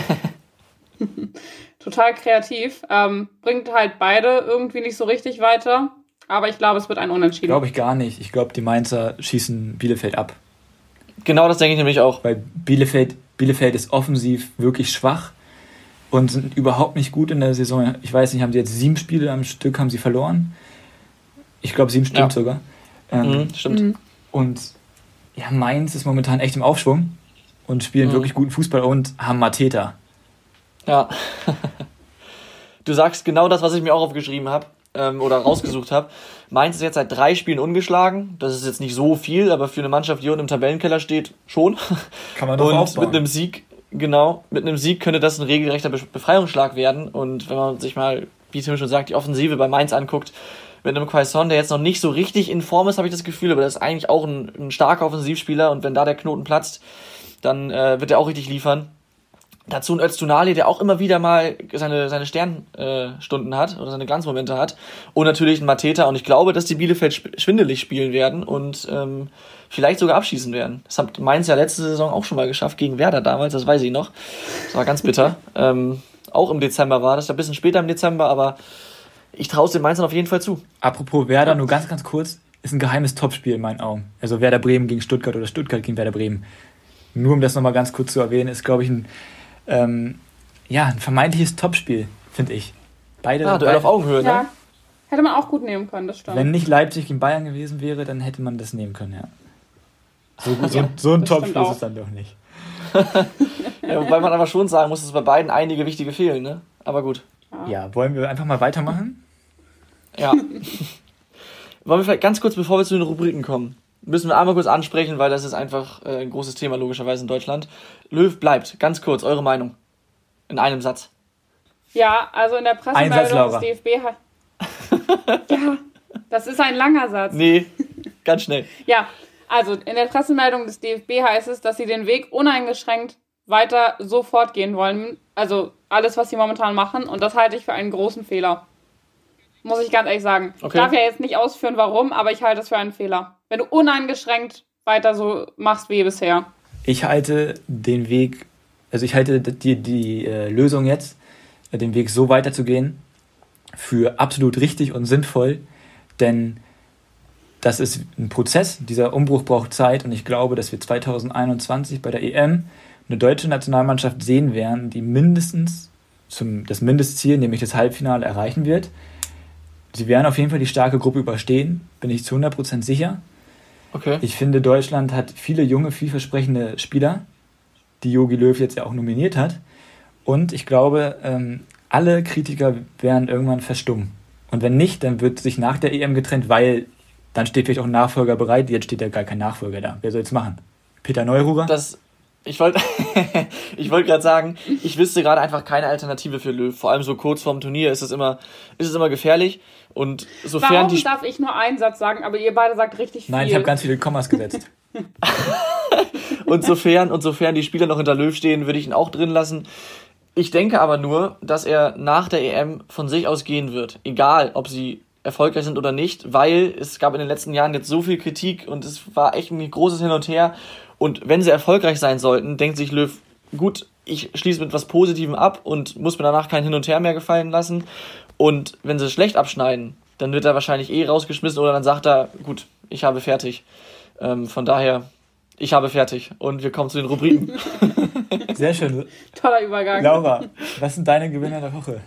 Total kreativ. Bringt halt beide irgendwie nicht so richtig weiter, aber ich glaube, es wird ein Unentschieden. Glaube ich gar nicht. Ich glaube, die Mainzer schießen Bielefeld ab. Genau, das denke ich nämlich auch. Weil Bielefeld ist offensiv wirklich schwach und sind überhaupt nicht gut in der Saison. Ich weiß nicht, haben sie jetzt 7 Spiele am Stück haben sie verloren? Ich glaube, 7 Stück sogar. Stimmt. Und ja, Mainz ist momentan echt im Aufschwung und spielen wirklich guten Fußball und haben Mateta. Ja. Du sagst genau das, was ich mir auch aufgeschrieben habe oder rausgesucht habe. Mainz ist jetzt seit 3 Spielen ungeschlagen. Das ist jetzt nicht so viel, aber für eine Mannschaft, die unten im Tabellenkeller steht, schon. Kann man doch aufbauen. Und mit einem Sieg könnte das ein regelrechter Befreiungsschlag werden. Und wenn man sich mal, wie Tim schon sagt, die Offensive bei Mainz anguckt, mit einem Quaison, der jetzt noch nicht so richtig in Form ist, habe ich das Gefühl, aber das ist eigentlich auch ein starker Offensivspieler, und wenn da der Knoten platzt, dann wird er auch richtig liefern. Dazu ein Öztunali, der auch immer wieder mal seine Sternstunden hat oder seine Glanzmomente hat. Und natürlich ein Mateta. Und ich glaube, dass die Bielefeld schwindelig spielen werden und vielleicht sogar abschießen werden. Das hat Mainz ja letzte Saison auch schon mal geschafft, gegen Werder damals, das weiß ich noch. Das war ganz bitter. Auch im Dezember war das, ein bisschen später im Dezember, aber ich traue es den Mainzern auf jeden Fall zu. Apropos Werder, nur ganz, ganz kurz, ist ein geheimes Topspiel in meinen Augen. Also Werder Bremen gegen Stuttgart oder Stuttgart gegen Werder Bremen. Nur um das nochmal ganz kurz zu erwähnen, ist, glaube ich, ein vermeintliches Topspiel, finde ich. Duell auf Augenhöhe, ne? Ja, hätte man auch gut nehmen können, das stimmt. Wenn nicht Leipzig gegen Bayern gewesen wäre, dann hätte man das nehmen können, ja. So ein Topspiel ist es dann doch nicht. Ja, wobei man aber schon sagen muss, dass bei beiden einige wichtige fehlen, ne? Aber gut. Ja, wollen wir einfach mal weitermachen? Ja. Wollen wir vielleicht ganz kurz, bevor wir zu den Rubriken kommen, müssen wir einmal kurz ansprechen, weil das ist einfach ein großes Thema logischerweise in Deutschland. Löw bleibt. Ganz kurz, eure Meinung. In einem Satz. Ja, also in der Pressemeldung des DFB... Ja, das ist ein langer Satz. Nee, ganz schnell. Ja, also in der Pressemeldung des DFB heißt es, dass sie den Weg uneingeschränkt weiter so fortgehen wollen. Also alles, was sie momentan machen. Und das halte ich für einen großen Fehler. Muss ich ganz ehrlich sagen. Okay. Ich darf ja jetzt nicht ausführen, warum, aber ich halte es für einen Fehler. Wenn du uneingeschränkt weiter so machst wie bisher. Ich halte den Weg, also ich halte die Lösung jetzt, den Weg so weiterzugehen, für absolut richtig und sinnvoll, denn das ist ein Prozess, dieser Umbruch braucht Zeit, und ich glaube, dass wir 2021 bei der EM eine deutsche Nationalmannschaft sehen werden, die mindestens das Mindestziel, nämlich das Halbfinale, erreichen wird. Sie werden auf jeden Fall die starke Gruppe überstehen, bin ich zu 100% sicher. Okay. Ich finde, Deutschland hat viele junge, vielversprechende Spieler, die Jogi Löw jetzt ja auch nominiert hat. Und ich glaube, alle Kritiker werden irgendwann verstummen. Und wenn nicht, dann wird sich nach der EM getrennt, weil dann steht vielleicht auch ein Nachfolger bereit. Jetzt steht ja gar kein Nachfolger da. Wer soll es machen? Peter Neururer? Ich wollte gerade sagen, ich wüsste gerade einfach keine Alternative für Löw. Vor allem so kurz vorm Turnier ist es immer gefährlich. Und sofern Warum darf ich nur einen Satz sagen, aber ihr beide sagt richtig viel? Nein, ich habe ganz viele Kommas gesetzt. und sofern die Spieler noch hinter Löw stehen, würde ich ihn auch drin lassen. Ich denke aber nur, dass er nach der EM von sich aus gehen wird. Egal, ob sie erfolgreich sind oder nicht, weil es gab in den letzten Jahren jetzt so viel Kritik und es war echt ein großes Hin und Her. Und wenn sie erfolgreich sein sollten, denkt sich Löw, gut, ich schließe mit was Positivem ab und muss mir danach kein Hin und Her mehr gefallen lassen. Und wenn sie schlecht abschneiden, dann wird er wahrscheinlich rausgeschmissen oder dann sagt er, gut, ich habe fertig. Von daher, ich habe fertig. Und wir kommen zu den Rubriken. Sehr schön. Toller Übergang. Laura, was sind deine Gewinner der Woche?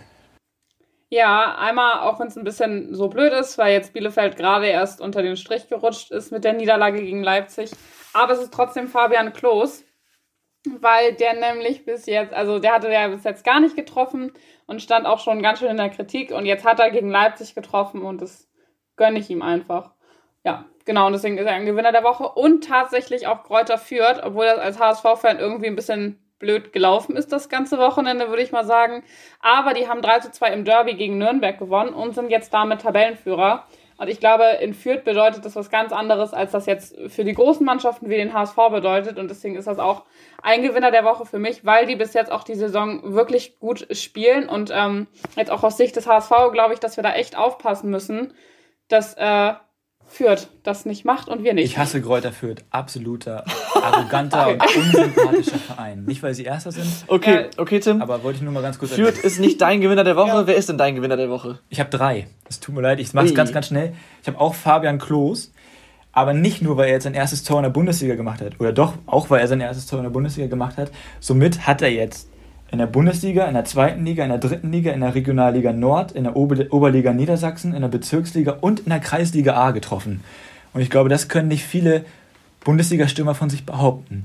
Ja, einmal, auch wenn es ein bisschen so blöd ist, weil jetzt Bielefeld gerade erst unter den Strich gerutscht ist mit der Niederlage gegen Leipzig. Aber es ist trotzdem Fabian Klos, weil der nämlich der hatte ja bis jetzt gar nicht getroffen und stand auch schon ganz schön in der Kritik. Und jetzt hat er gegen Leipzig getroffen und das gönne ich ihm einfach. Ja, genau, und deswegen ist er ein Gewinner der Woche. Und tatsächlich auch Greuther Fürth, obwohl das als HSV-Fan irgendwie ein bisschen blöd gelaufen ist, das ganze Wochenende, würde ich mal sagen. Aber die haben 3:2 im Derby gegen Nürnberg gewonnen und sind jetzt damit Tabellenführer. Und ich glaube, in Fürth bedeutet das was ganz anderes, als das jetzt für die großen Mannschaften wie den HSV bedeutet. Und deswegen ist das auch ein Gewinner der Woche für mich, weil die bis jetzt auch die Saison wirklich gut spielen. Und jetzt auch aus Sicht des HSV glaube ich, dass wir da echt aufpassen müssen, dass Fürth das nicht macht und wir nicht. Ich hasse Greuther Fürth. Absoluter, arroganter und unsympathischer Verein. Nicht, weil sie Erster sind. Okay, Tim. Aber wollte ich nur mal ganz kurz Fürth ist nicht dein Gewinner der Woche. Ja. Wer ist denn dein Gewinner der Woche? Ich habe 3. Es tut mir leid, ich mache es ganz, ganz schnell. Ich habe auch Fabian Klos. Aber nicht nur, weil er jetzt sein erstes Tor in der Bundesliga gemacht hat. Oder doch, auch weil er sein erstes Tor in der Bundesliga gemacht hat. Somit hat er jetzt in der Bundesliga, in der 2. Liga, in der 3. Liga, in der Regionalliga Nord, in der Oberliga Niedersachsen, in der Bezirksliga und in der Kreisliga A getroffen. Und ich glaube, das können nicht viele Bundesliga-Stürmer von sich behaupten.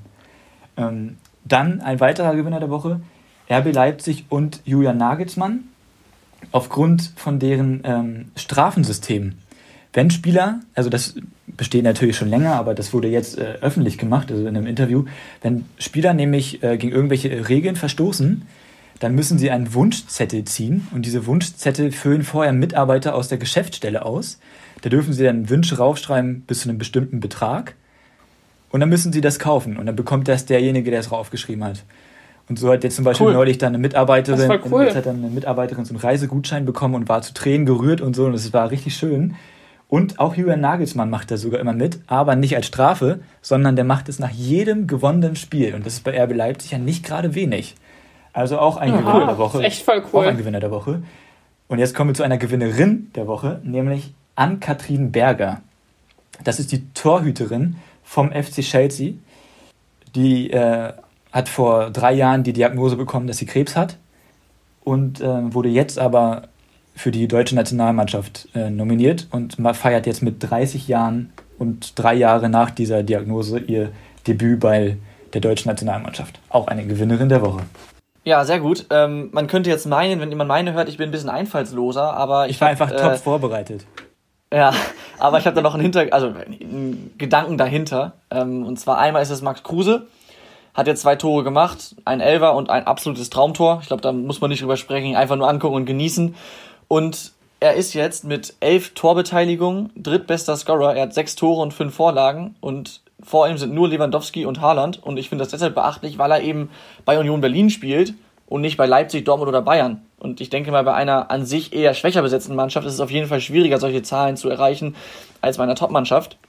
Dann ein weiterer Gewinner der Woche, RB Leipzig und Julian Nagelsmann, aufgrund von deren Strafensystem. Wenn Spieler, also das besteht natürlich schon länger, aber das wurde jetzt öffentlich gemacht, also in einem Interview, wenn Spieler nämlich gegen irgendwelche Regeln verstoßen, dann müssen sie einen Wunschzettel ziehen und diese Wunschzettel füllen vorher Mitarbeiter aus der Geschäftsstelle aus. Da dürfen sie dann Wünsche raufschreiben bis zu einem bestimmten Betrag und dann müssen sie das kaufen und dann bekommt das derjenige, der es raufgeschrieben hat. Und so hat jetzt zum Beispiel neulich dann eine Mitarbeiterin, so einen Reisegutschein bekommen und war zu Tränen gerührt und so und das war richtig schön. Und auch Julian Nagelsmann macht da sogar immer mit, aber nicht als Strafe, sondern der macht es nach jedem gewonnenen Spiel. Und das ist bei RB Leipzig ja nicht gerade wenig. Also auch ein Gewinner der Woche. Echt voll cool. Auch ein Gewinner der Woche. Und jetzt kommen wir zu einer Gewinnerin der Woche, nämlich Ann-Kathrin Berger. Das ist die Torhüterin vom FC Chelsea. Die hat vor 3 Jahren die Diagnose bekommen, dass sie Krebs hat und wurde jetzt aber für die deutsche Nationalmannschaft nominiert und feiert jetzt mit 30 Jahren und 3 Jahre nach dieser Diagnose ihr Debüt bei der deutschen Nationalmannschaft. Auch eine Gewinnerin der Woche. Ja, sehr gut. Man könnte jetzt meinen, wenn jemand meine hört, ich bin ein bisschen einfallsloser, aber ich war einfach top vorbereitet. Ja, aber ich habe da noch einen Gedanken dahinter. Und zwar einmal ist es Max Kruse, hat jetzt 2 Tore gemacht, ein Elfer und ein absolutes Traumtor. Ich glaube, da muss man nicht drüber sprechen, einfach nur angucken und genießen. Und er ist jetzt mit 11 Torbeteiligungen drittbester Scorer. Er hat 6 Tore und 5 Vorlagen und vor ihm sind nur Lewandowski und Haaland. Und ich finde das deshalb beachtlich, weil er eben bei Union Berlin spielt und nicht bei Leipzig, Dortmund oder Bayern. Und ich denke mal, bei einer an sich eher schwächer besetzten Mannschaft ist es auf jeden Fall schwieriger, solche Zahlen zu erreichen, als bei einer Top-Mannschaft.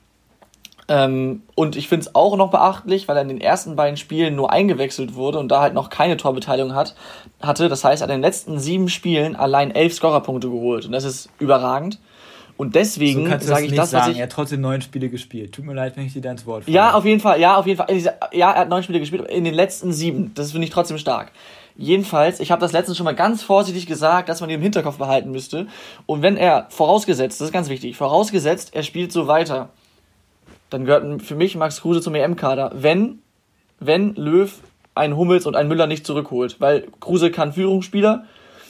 Und ich finde es auch noch beachtlich, weil er in den ersten beiden Spielen nur eingewechselt wurde und da halt noch keine Torbeteiligung hatte. Das heißt, er hat in den letzten 7 Spielen allein 11 Scorerpunkte geholt. Und das ist überragend. Und deswegen so sage ich das, was ich... Er hat trotzdem 9 Spiele gespielt. Tut mir leid, wenn ich dir da ins Wort falle. Ja, auf jeden Fall. Ja, er hat 9 Spiele gespielt, in den letzten 7. Das finde ich trotzdem stark. Jedenfalls, ich habe das letztens schon mal ganz vorsichtig gesagt, dass man ihn im Hinterkopf behalten müsste. Und wenn er, vorausgesetzt, das ist ganz wichtig, vorausgesetzt, er spielt so weiter, dann gehört für mich Max Kruse zum EM-Kader, wenn Löw einen Hummels und einen Müller nicht zurückholt. Weil Kruse kann Führungsspieler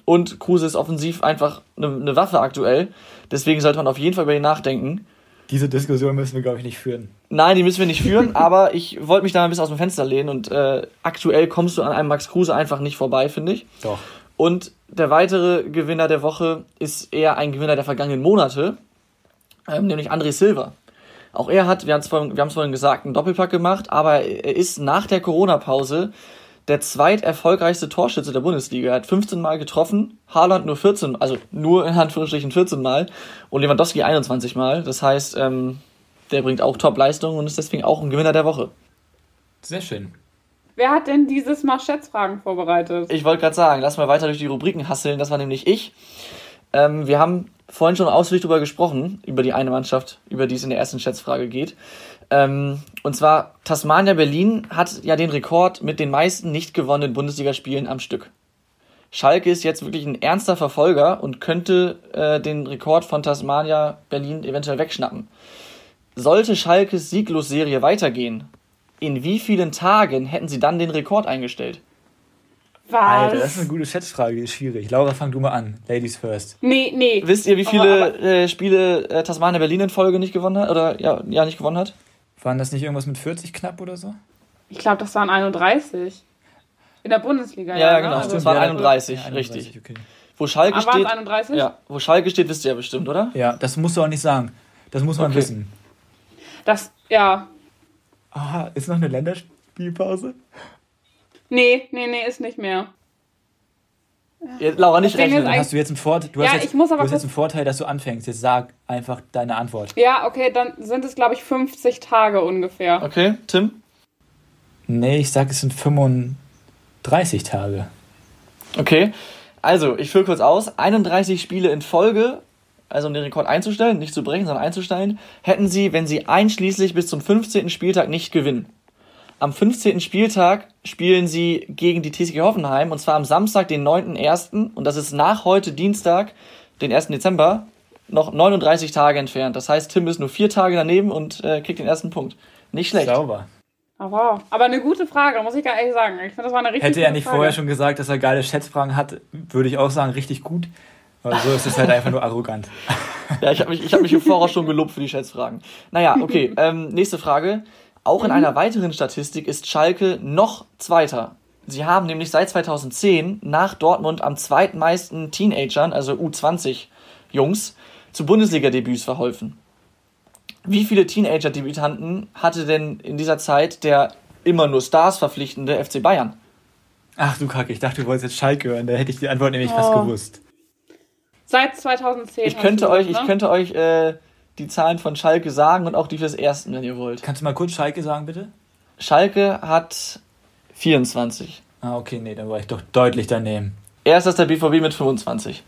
Und Kruse ist offensiv einfach eine Waffe aktuell. Deswegen sollte man auf jeden Fall über ihn nachdenken. Diese Diskussion müssen wir, glaube ich, nicht führen. Nein, die müssen wir nicht führen, aber ich wollte mich da ein bisschen aus dem Fenster lehnen. Und aktuell kommst du an einem Max Kruse einfach nicht vorbei, finde ich. Doch. Und der weitere Gewinner der Woche ist eher ein Gewinner der vergangenen Monate, nämlich André Silva. Auch er hat, wir haben es vorhin gesagt, einen Doppelpack gemacht, aber er ist nach der Corona-Pause der zweiterfolgreichste Torschütze der Bundesliga. Er hat 15 Mal getroffen, Haaland nur 14, also nur in Anführungsstrichen 14 Mal und Lewandowski 21 Mal. Das heißt, der bringt auch Top-Leistungen und ist deswegen auch ein Gewinner der Woche. Sehr schön. Wer hat denn dieses Mal Schätzfragen vorbereitet? Ich wollte gerade sagen, lass mal weiter durch die Rubriken hasseln. Das war nämlich ich. Wir haben vorhin schon ausführlich darüber gesprochen, über die eine Mannschaft, über die es in der ersten Schätzfrage geht. Und zwar, Tasmania Berlin hat ja den Rekord mit den meisten nicht gewonnenen Bundesligaspielen am Stück. Schalke ist jetzt wirklich ein ernster Verfolger und könnte den Rekord von Tasmania Berlin eventuell wegschnappen. Sollte Schalkes Sieglosserie weitergehen, in wie vielen Tagen hätten sie dann den Rekord eingestellt? Was? Alter, das ist eine gute Schätzfrage, die ist schwierig. Laura, fang du mal an. Ladies first. Nee. Wisst ihr, wie viele Spiele Tasmania Berlin in Folge nicht gewonnen hat? Oder ja, nicht gewonnen hat? Waren das nicht irgendwas mit 40 knapp oder so? Ich glaube, das waren 31. In der Bundesliga, Ja, ne? genau. Also Das waren 31, ja, richtig. Okay. Wo Schalke waren es steht. 31? Ja, wo Schalke steht, wisst ihr ja bestimmt, oder? Ja, das musst du auch nicht sagen. Das muss man wissen. Ja. Aha, ist noch eine Länderspielpause? Nee, ist nicht mehr. Laura, nicht Das Ding rechnen. ist Dann hast du jetzt einen Vorteil. Du Ja, hast ich muss aber jetzt kurz- einen Vorteil, dass du anfängst. Jetzt sag einfach deine Antwort. Ja, okay, dann sind es, glaube ich, 50 Tage ungefähr. Okay, Tim? Nee, ich sag, es sind 35 Tage. Okay, also ich führe kurz aus. 31 Spiele in Folge, also um den Rekord einzustellen, nicht zu brechen, sondern einzustellen, hätten sie, wenn sie einschließlich bis zum 15. Spieltag nicht gewinnen. Am 15. Spieltag spielen sie gegen die TSG Hoffenheim und zwar am Samstag, den 9.1. und das ist nach heute Dienstag, den 1. Dezember, noch 39 Tage entfernt. Das heißt, Tim ist nur 4 Tage daneben und kriegt den ersten Punkt. Nicht schlecht. Sauber. Oh, wow. Aber eine gute Frage, muss ich gar ehrlich sagen. Ich finde, das war eine richtig Hätte er gute nicht Frage. vorher schon gesagt, dass er geile Schätzfragen hat, würde ich auch sagen, richtig gut. Aber so ist es halt einfach nur arrogant. Ja, ich hab mich im Voraus schon gelobt für die Schätzfragen. Naja, okay, nächste Frage. Auch in einer weiteren Statistik ist Schalke noch Zweiter. Sie haben nämlich seit 2010 nach Dortmund am zweitmeisten Teenagern, also U20-Jungs, zu Bundesliga-Debüts verholfen. Wie viele Teenager-Debütanten hatte denn in dieser Zeit der immer nur Stars verpflichtende FC Bayern? Ach du Kacke, ich dachte, du wolltest jetzt Schalke hören. Da hätte ich die Antwort nämlich fast gewusst. Seit 2010. Ich könnte euch Ne? die Zahlen von Schalke sagen und auch die fürs Ersten, wenn ihr wollt. Kannst du mal kurz Schalke sagen, bitte? Schalke hat 24. Ah, okay, nee, dann war ich doch deutlich daneben. Erst ist der BVB mit 25.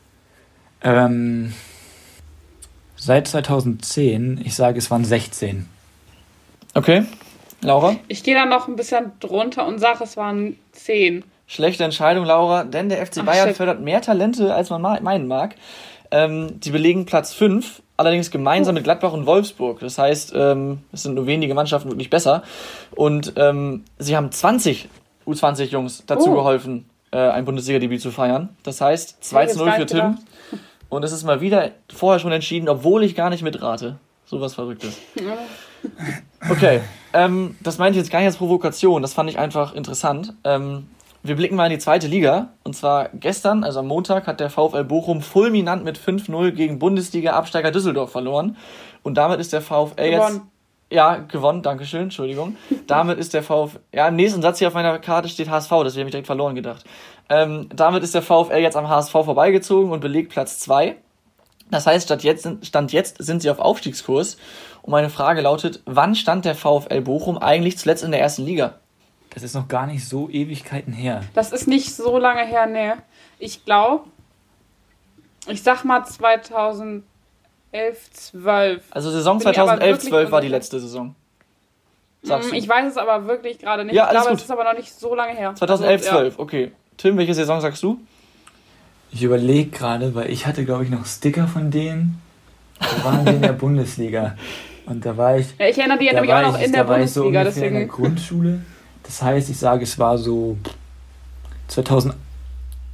Seit 2010, ich sage, es waren 16. Okay, Laura? Ich gehe da noch ein bisschen drunter und sage, es waren 10. Schlechte Entscheidung, Laura, denn der FC Bayern fördert mehr Talente, als man meinen mag. Die belegen Platz 5, allerdings gemeinsam mit Gladbach und Wolfsburg. Das heißt, es sind nur wenige Mannschaften wirklich besser. Und sie haben 20 U20-Jungs dazu geholfen, ein Bundesliga-Debüt zu feiern. Das heißt, 2-0 für Tim. Gedacht. Und es ist mal wieder vorher schon entschieden, obwohl ich gar nicht mitrate. Sowas Verrücktes. Okay, das meinte ich jetzt gar nicht als Provokation. Das fand ich einfach interessant. Wir blicken mal in die zweite Liga. Und zwar gestern, also am Montag, hat der VfL Bochum fulminant mit 5-0 gegen Bundesliga-Absteiger Düsseldorf verloren. Und damit ist der VfL jetzt... Ja, gewonnen, dankeschön, Entschuldigung. Damit ist der VfL... Ja, im nächsten Satz hier auf meiner Karte steht HSV, das habe ich direkt verloren gedacht. Damit ist der VfL jetzt am HSV vorbeigezogen und belegt Platz 2. Das heißt, Stand jetzt sind sie auf Aufstiegskurs. Und meine Frage lautet, wann stand der VfL Bochum eigentlich zuletzt in der ersten Liga? Das ist noch gar nicht so Ewigkeiten her. Das ist nicht so lange her, ne. Ich glaube, ich sag mal 2011, 12. Also Saison Bin ich aber 2011-12 war die wirklich letzte Saison. Sagst du? Ich weiß es aber wirklich gerade nicht. Ja, Ich alles glaube, gut. es ist aber noch nicht so lange her. 2011-12, Also, ja. okay. Tim, welche Saison sagst du? Ich überlege gerade, weil ich hatte, glaube ich, noch Sticker von denen. Da waren die in der Bundesliga. Und da war ich... Ja, ich erinnere die da nämlich war auch noch ich- in der da war ich so Bundesliga, ungefähr in der deswegen. Grundschule. Das heißt, ich sage, es war so 2000...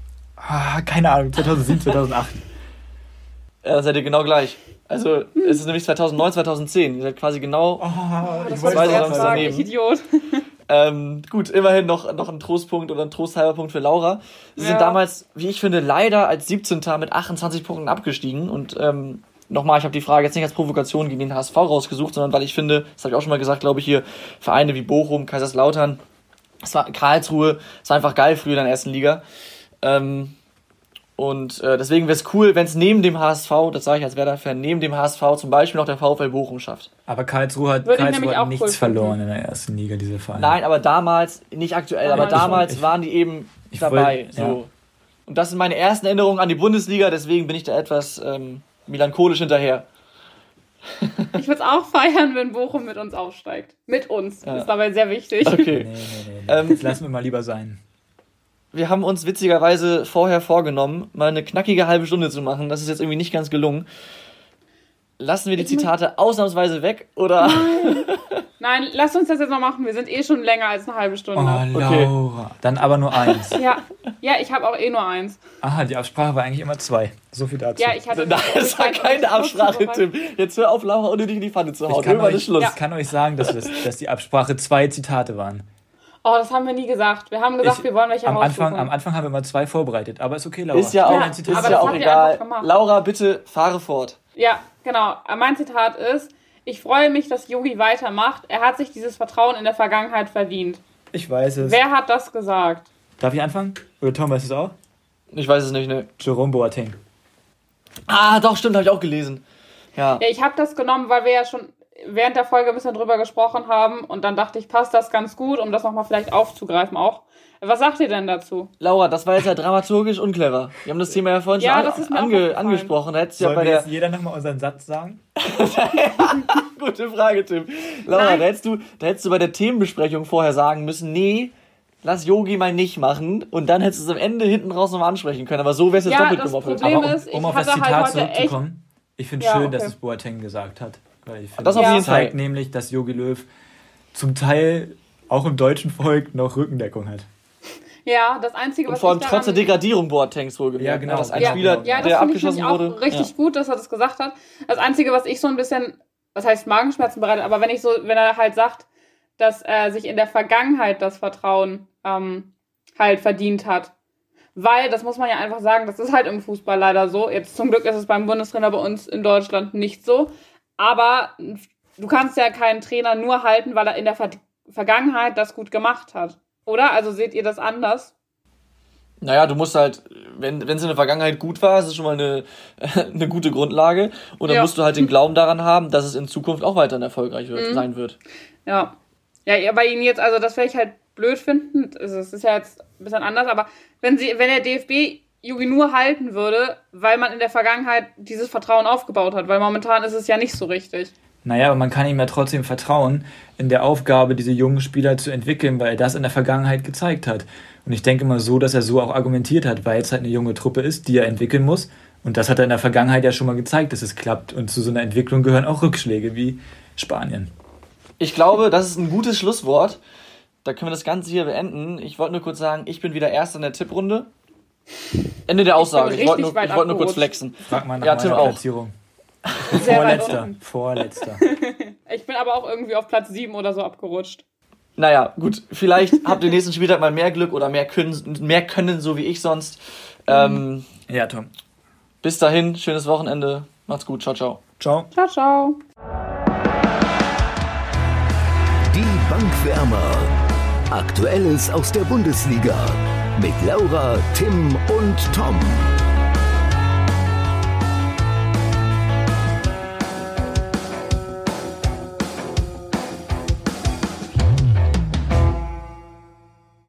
Keine Ahnung, 2007, 2008. Ja, dann seid ihr genau gleich. Also, es ist nämlich 2009, 2010. Ihr seid quasi genau das war daneben. Ich Idiot. Gut, immerhin noch ein Trostpunkt oder ein trosthalber Punkt für Laura. Sie sind damals, wie ich finde, leider als 17. mit 28 Punkten abgestiegen. Und nochmal, ich habe die Frage jetzt nicht als Provokation gegen den HSV rausgesucht, sondern weil ich finde, das habe ich auch schon mal gesagt, glaube ich, hier Vereine wie Bochum, Kaiserslautern, Karlsruhe, es war einfach geil früher in der ersten Liga. Deswegen wäre es cool, wenn es neben dem HSV, das sage ich als Werder-Fan, neben dem HSV zum Beispiel noch der VfL Bochum schafft. Aber Karlsruhe hat nichts verloren in der ersten Liga, diese Vereine. Nein, aber damals, nicht aktuell, aber damals waren die eben dabei. So. Und das sind meine ersten Erinnerungen an die Bundesliga, deswegen bin ich da etwas melancholisch hinterher. Ich würde es auch feiern, wenn Bochum mit uns aufsteigt. Mit uns. Ja. Ist dabei sehr wichtig. Okay. Nee. Jetzt lassen wir mal lieber sein. Wir haben uns witzigerweise vorher vorgenommen, mal eine knackige halbe Stunde zu machen. Das ist jetzt irgendwie nicht ganz gelungen. Lassen wir die Zitate ausnahmsweise weg, oder? Nein, lass uns das jetzt noch machen. Wir sind schon länger als eine halbe Stunde. Oh, Laura. Okay. Dann aber nur 1. Ja, ich habe auch nur 1. Aha, die Absprache war eigentlich immer 2. So viel dazu. Ja, ich hatte das war keine Absprache, Tim. Jetzt hör auf, Laura unnötig in die Pfanne zu hauen. Ich kann euch sagen, dass die Absprache 2 Zitate waren. Oh, das haben wir nie gesagt. Wir haben gesagt, wir wollen welche raussuchen. Am Anfang haben wir immer 2 vorbereitet, aber ist okay, Laura. Ist ja auch egal. Laura, bitte fahre fort. Ja, genau. Mein Zitat ist: Ich freue mich, dass Jogi weitermacht. Er hat sich dieses Vertrauen in der Vergangenheit verdient. Ich weiß es. Wer hat das gesagt? Darf ich anfangen? Oder Tom, weißt du es auch? Ich weiß es nicht, ne. Jerome Boateng. Ah, doch, stimmt, habe ich auch gelesen. Ja, ich habe das genommen, weil wir ja schon während der Folge ein bisschen drüber gesprochen haben und dann dachte ich, passt das ganz gut, um das nochmal vielleicht aufzugreifen auch. Was sagt ihr denn dazu? Laura, das war jetzt ja dramaturgisch unclever. Wir haben das Thema ja vorhin schon angesprochen. Sollen wir jetzt jeder nochmal unseren Satz sagen? Gute Frage, Tim. Laura, da hättest du bei der Themenbesprechung vorher sagen müssen, nee, lass Yogi mal nicht machen und dann hättest du es am Ende hinten raus nochmal ansprechen können. Aber so wäre es jetzt doppelt gemoppelt. Um auf das Zitat zurückzukommen, ich finde schön, dass es Boateng gesagt hat. Weil ich finde, das auf jeden Fall zeigt nämlich, dass Jogi Löw zum Teil auch im deutschen Volk noch Rückendeckung hat. Ja, das Einzige, was und vor allem trotz der Degradierung Boatengs wohlgemerkt. Ja, genau. Dass ein Spieler, der abgeschossen wurde. Das richtig gut, dass er das gesagt hat. Das Einzige, was ich so ein bisschen, was heißt Magenschmerzen bereitet, aber wenn er halt sagt, dass er sich in der Vergangenheit das Vertrauen halt verdient hat. Weil, das muss man ja einfach sagen, das ist halt im Fußball leider so. Jetzt zum Glück ist es beim Bundestrainer bei uns in Deutschland nicht so. Aber du kannst ja keinen Trainer nur halten, weil er in der Vergangenheit das gut gemacht hat. Oder? Also seht ihr das anders? Naja, du musst halt, wenn es in der Vergangenheit gut war, ist es schon mal eine gute Grundlage. Und dann musst du halt den Glauben daran haben, dass es in Zukunft auch weiterhin erfolgreich sein wird. Ja. Ja, bei Ihnen jetzt, also das werde ich halt blöd finden. Es ist ja jetzt ein bisschen anders, aber wenn der DFB Jogi nur halten würde, weil man in der Vergangenheit dieses Vertrauen aufgebaut hat, weil momentan ist es ja nicht so richtig. Naja, aber man kann ihm ja trotzdem vertrauen, in der Aufgabe, diese jungen Spieler zu entwickeln, weil er das in der Vergangenheit gezeigt hat. Und ich denke mal so, dass er so auch argumentiert hat, weil es halt eine junge Truppe ist, die er entwickeln muss. Und das hat er in der Vergangenheit ja schon mal gezeigt, dass es klappt. Und zu so einer Entwicklung gehören auch Rückschläge wie Spanien. Ich glaube, das ist ein gutes Schlusswort. Da können wir das Ganze hier beenden. Ich wollte nur kurz sagen, ich bin wieder Erster in der Tipprunde. Ende der Aussage. Ich wollte nur kurz flexen. Frag mal nach meiner Platzierung. Vorletzter. Ich bin aber auch irgendwie auf Platz 7 oder so abgerutscht. Naja, gut. Vielleicht habt ihr nächsten Spieltag mal mehr Glück oder mehr können, so wie ich sonst. Ja, Tom. Bis dahin, schönes Wochenende. Macht's gut. Ciao, ciao. Ciao. Ciao, ciao. Die Bankwärmer. Aktuelles aus der Bundesliga. Mit Laura, Tim und Tom.